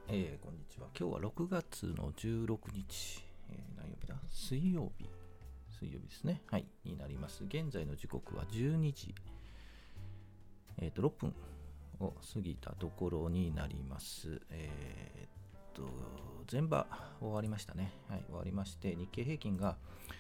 こんにちは。今日は6月の16日、何曜日だ水曜日ですね。はい、になります。現在の時刻は12時、6分を過ぎたところになります。前場終わりましたね。はい、終わりまして、日経平均が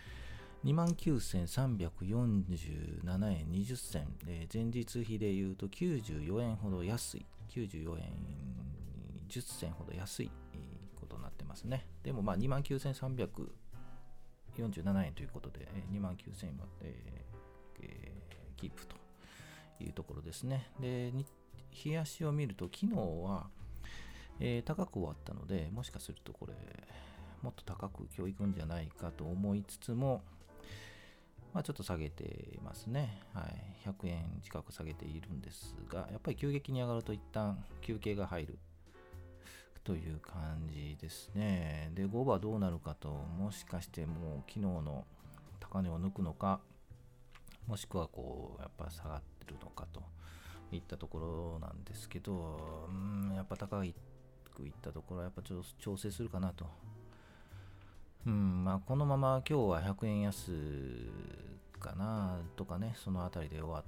29,347円20銭、前日比でいうと94円ほど安い、94円10銭ほど安いことになってますね。でも29,347円ということで、29,000円まで、キープというところですね。で、日足を見ると昨日は、高く終わったので、もしかするとこれもっと高く今日行くんじゃないかと思いつつも、ちょっと下げてますね。はい、100円近く下げているんですが、やっぱり急激に上がると一旦休憩が入るという感じですね。で、5はどうなるかと、もしかしてもう昨日の高値を抜くのか、もしくはやっぱ下がってるのかといったところなんですけど、やっぱ高くいったところはやっぱ調整するかなと。このまま今日は100円安かなとかね、そのあたりで終わって、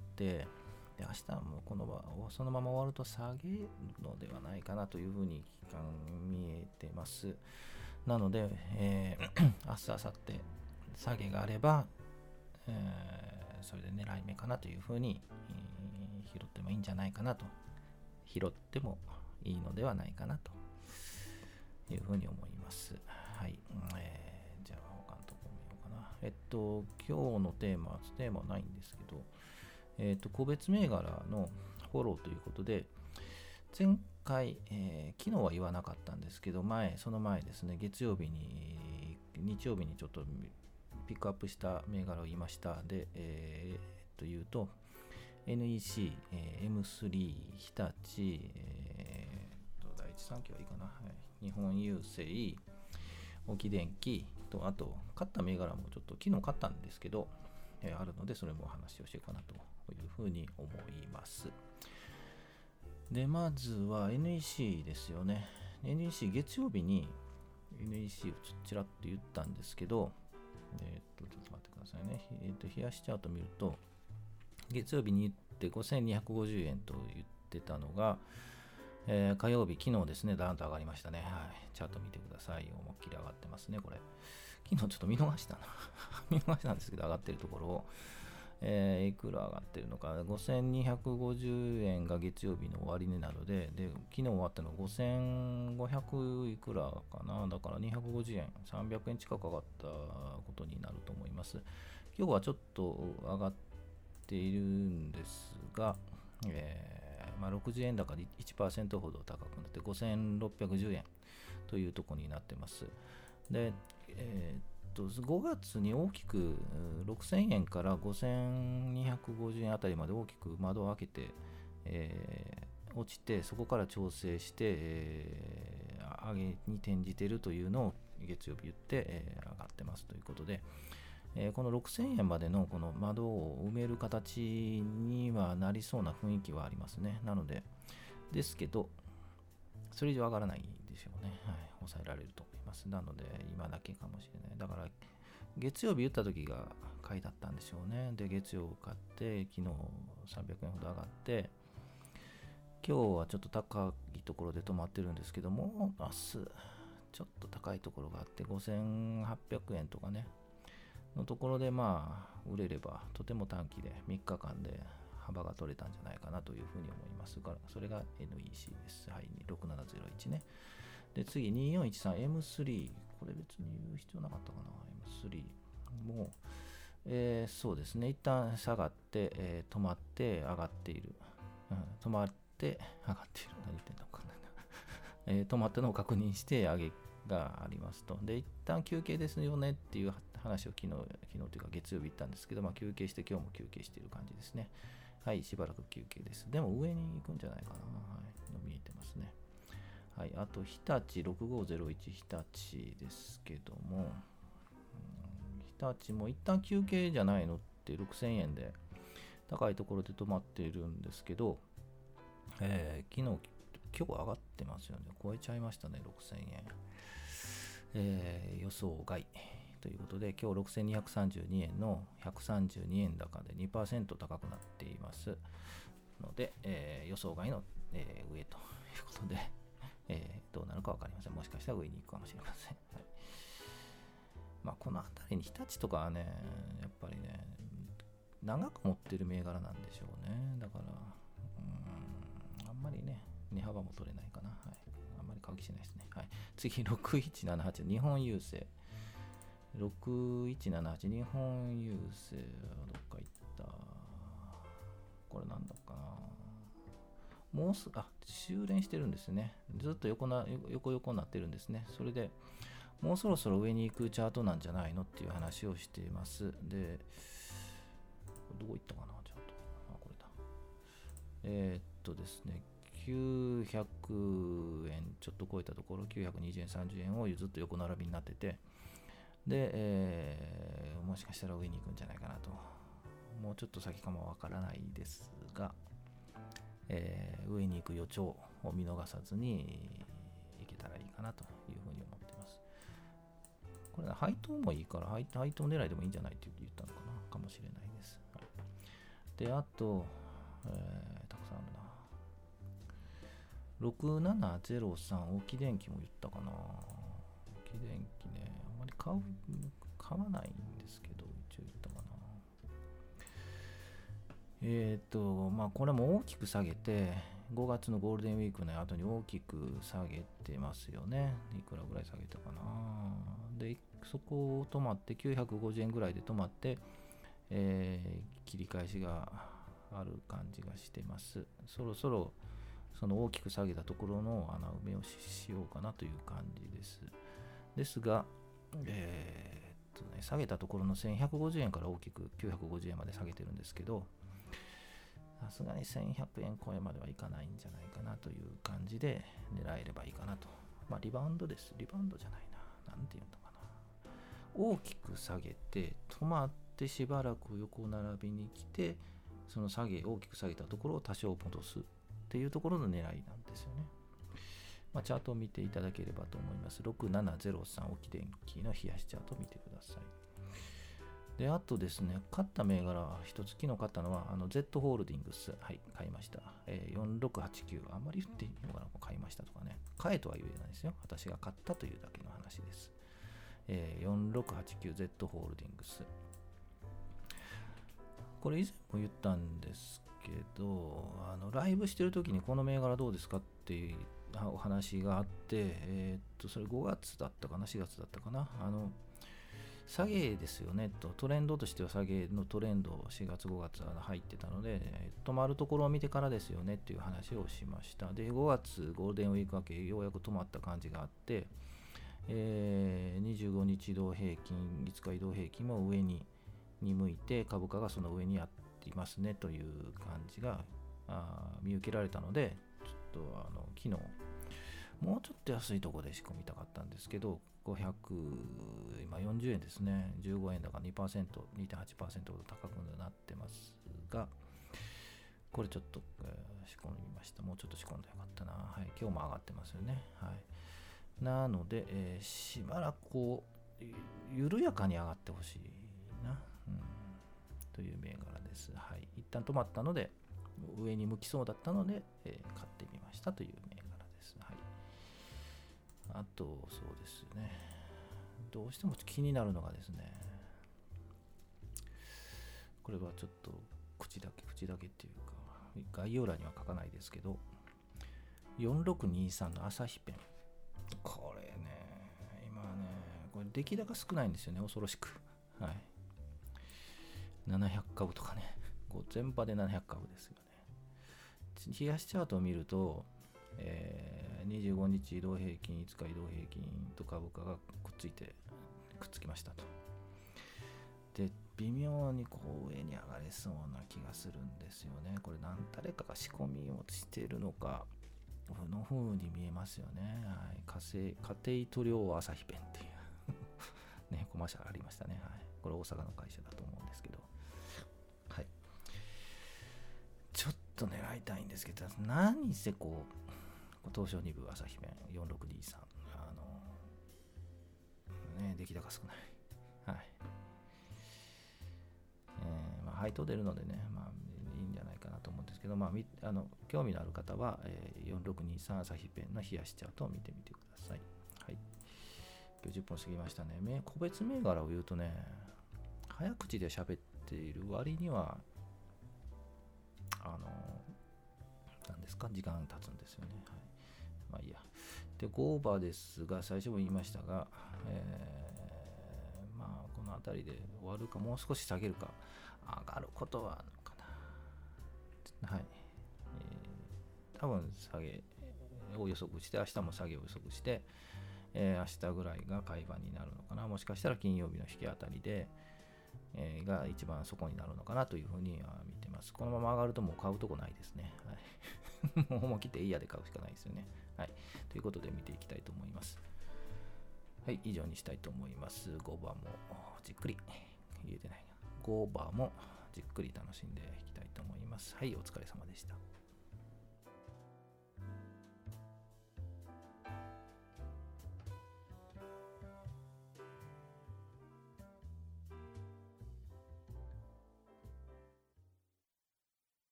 で明日もそのまま終わると下げるのではないかなというふうに見えてます。なので、明日、明後日下げがあれば、それで狙い目かなというふうに、拾ってもいいんじゃないかなと、拾ってもいいのではないかなというふうに思います。はい。じゃあ他のところ見ようかな。今日のテーマはないんですけど、個別銘柄のフォローということで、前回、昨日は言わなかったんですけど、その前ですね、日曜日にちょっとピックアップした銘柄を言いました。で、言うと、NEC、M3、日立、第一三共はいいかな、はい、日本郵政、沖電機と、あと、買った銘柄もちょっと昨日買ったんですけど、あるので、それもお話をしようかなというふうに思います。で、まずは NEC ですよね。NEC、月曜日に NEC をちらっと言ったんですけど、ちょっと待ってくださいね。冷やしチャート見ると、月曜日に言って5250円と言ってたのが、火曜日、昨日ですね、ダーンと上がりましたね。はい。チャート見てください。思いっきり上がってますね、これ。昨日ちょっと見逃したな。見逃したんですけど、上がってるところを、いくら上がってるのか、5250円が月曜日の終わりになるので、昨日終わったの5500いくらかな、だから250円、300円近く上がったことになると思います。今日はちょっと上がっているんですが、60円高で 1% ほど高くなって5610円というところになってます。で、5月に大きく6000円から5250円あたりまで大きく窓を開けて、落ちて、そこから調整して、上げに転じているというのを月曜日言って、上がってますということで、この6000円までのこの窓を埋める形にはなりそうな雰囲気はありますね。なので、ですけど、それ以上上がらないでしょうね。はい、抑えられると思います。なので、今だけかもしれない。だから、月曜日言った時が買いだったんでしょうね。で、月曜買って、昨日300円ほど上がって、今日はちょっと高いところで止まってるんですけども、明日、ちょっと高いところがあって、5800円とかね、のところで売れればとても短期で3日間で幅が取れたんじゃないかなというふうに思いますが、それが NEC です。はい、6701ね。で、次 2413M3、これ別に言う必要なかったかな。M3 もそうですね、一旦下がって、止まって上がっている、止まって上がっている、何言ってんのかな、止まったのを確認して上げがありますと。で、一旦休憩ですよねっていう話を昨日というか月曜日言ったんですけど、休憩して今日も休憩している感じですね。はい、しばらく休憩です。でも上に行くんじゃないかな。はい、の見えてますね。はい、あと日立6501日立ですけども、日立も一旦休憩じゃないのって6000円で高いところで止まっているんですけど、昨日今日上がってますよね。超えちゃいましたね、6000円。予想外ということで、今日6232円の132円高で 2% 高くなっていますので、予想外の、上ということで、どうなるか分かりません。もしかしたら上に行くかもしれません。はい、まあ、この辺りに日立とかはね、やっぱりね、長く持ってる銘柄なんでしょうね。だから、あんまりね、値幅も取れないかな。はい、あんまり買う気しないですね。はい、次、6178、日本郵政。6178、日本郵政はどっか行った。これなんだかな。もうすぐ、修練してるんですね。ずっと横になってるんですね。それで、もうそろそろ上に行くチャートなんじゃないのっていう話をしています。で、どこ行ったかな、ちゃんと。これだ。ですね、900円ちょっと超えたところ、920円、30円をずっと横並びになってて、で、もしかしたら上に行くんじゃないかなと。もうちょっと先かもわからないですが、上に行く予兆を見逃さずにいけたらいいかなというふうに思っています。これね、配当もいいから配当狙いでもいいんじゃないって言ったのかもしれないです。はい、で、あと、たくさんあるな。6703、沖電機も言ったかな。沖電機ね、あんまり買わないんですけど、一応言ったかな。まあこれも大きく下げて、5月のゴールデンウィークの後に大きく下げてますよね。いくらぐらい下げたかな。で、そこを止まって950円ぐらいで止まって、切り返しがある感じがしてます。そろそろその大きく下げたところの穴埋めをしようかなという感じです。ですが、下げたところの1150円から大きく950円まで下げてるんですけど、さすがに1100円超えまではいかないんじゃないかなという感じで狙えればいいかなと。まあリバウンドです。リバウンドじゃないな。なんていうのかな。大きく下げて止まってしばらく横並びに来て、その大きく下げたところを多少戻すっていうところの狙いなんですよね。まあ、チャートを見ていただければと思います。6703沖電機の冷やしチャートを見てください。で、あとですね、買った銘柄、一つ昨日買ったのは、Z ホールディングス、はい、買いました。4689、あんまり言っていいのかな、買いましたとかね。買えとは言えないですよ。私が買ったというだけの話です。4689Z ホールディングス。これ以前も言ったんですけど、ライブしてる時にこの銘柄どうですかっていうお話があって、それ5月だったかな、4月だったかな。下げですよねと、トレンドとしては下げのトレンド4月5月入ってたので、止まるところを見てからですよねっていう話をしました。で、5月ゴールデンウィーク明けようやく止まった感じがあって、25日移動平均、5日移動平均も上に向いて株価がその上にあっていますねという感じが見受けられたので、ちょっと昨日もうちょっと安いところで仕込みたかったんですけど、500、今40円ですね。15円だから 2%、2.8% ほど高くなってますが、これちょっと、仕込みました。もうちょっと仕込んだらよかったな。はい、今日も上がってますよね。はい、なので、しばらくこう、緩やかに上がってほしいな、という銘柄です。はい、一旦止まったので、上に向きそうだったので、買ってみましたという銘柄です。はい、あと、そうですね。どうしても気になるのがですね、これはちょっと口だけっていうか、概要欄には書かないですけど、4623の朝日ペン。これね、今ね、これ出来高少ないんですよね、恐ろしく。はい。700株とかね、全場で700株ですよね。冷やしチャートを見ると、25日移動平均、5日移動平均と株価がくっつきましたと。で、微妙にこう上に上がれそうな気がするんですよね。これ誰かが仕込みをしているのか、この風に見えますよね。はい、家庭塗料朝日ペンっていうね、コマーシャルありましたね。はい、これ大阪の会社だと思うんですけど、はい、ちょっと狙いたいんですけど、何せこう東証2部朝日弁4623、出来高少ない。はい。配当出るのでね、いいんじゃないかなと思うんですけど、興味のある方は、4623朝日弁の冷やしチャートを見てみてください。はい。今日10分過ぎましたね。個別銘柄を言うとね、早口で喋っている割には、何ですか、時間経つんですよね。はい。いいや。で、5オーバーですが、最初も言いましたが、この辺りで終わるか、もう少し下げるか、上がることはあるのかな。はい。多分下げを予測して、明日も下げを予測して、明日ぐらいが買い場になるのかな。もしかしたら金曜日の引き当たりで、が一番そこになるのかなというふうに見てます。このまま上がるともう買うとこないですね。はい、もう思い切っていいやで買うしかないですよね。はい。ということで見ていきたいと思います。はい、以上にしたいと思います。5番もじっくり言えてないな。5番もじっくり楽しんでいきたいと思います。はい、お疲れ様でした。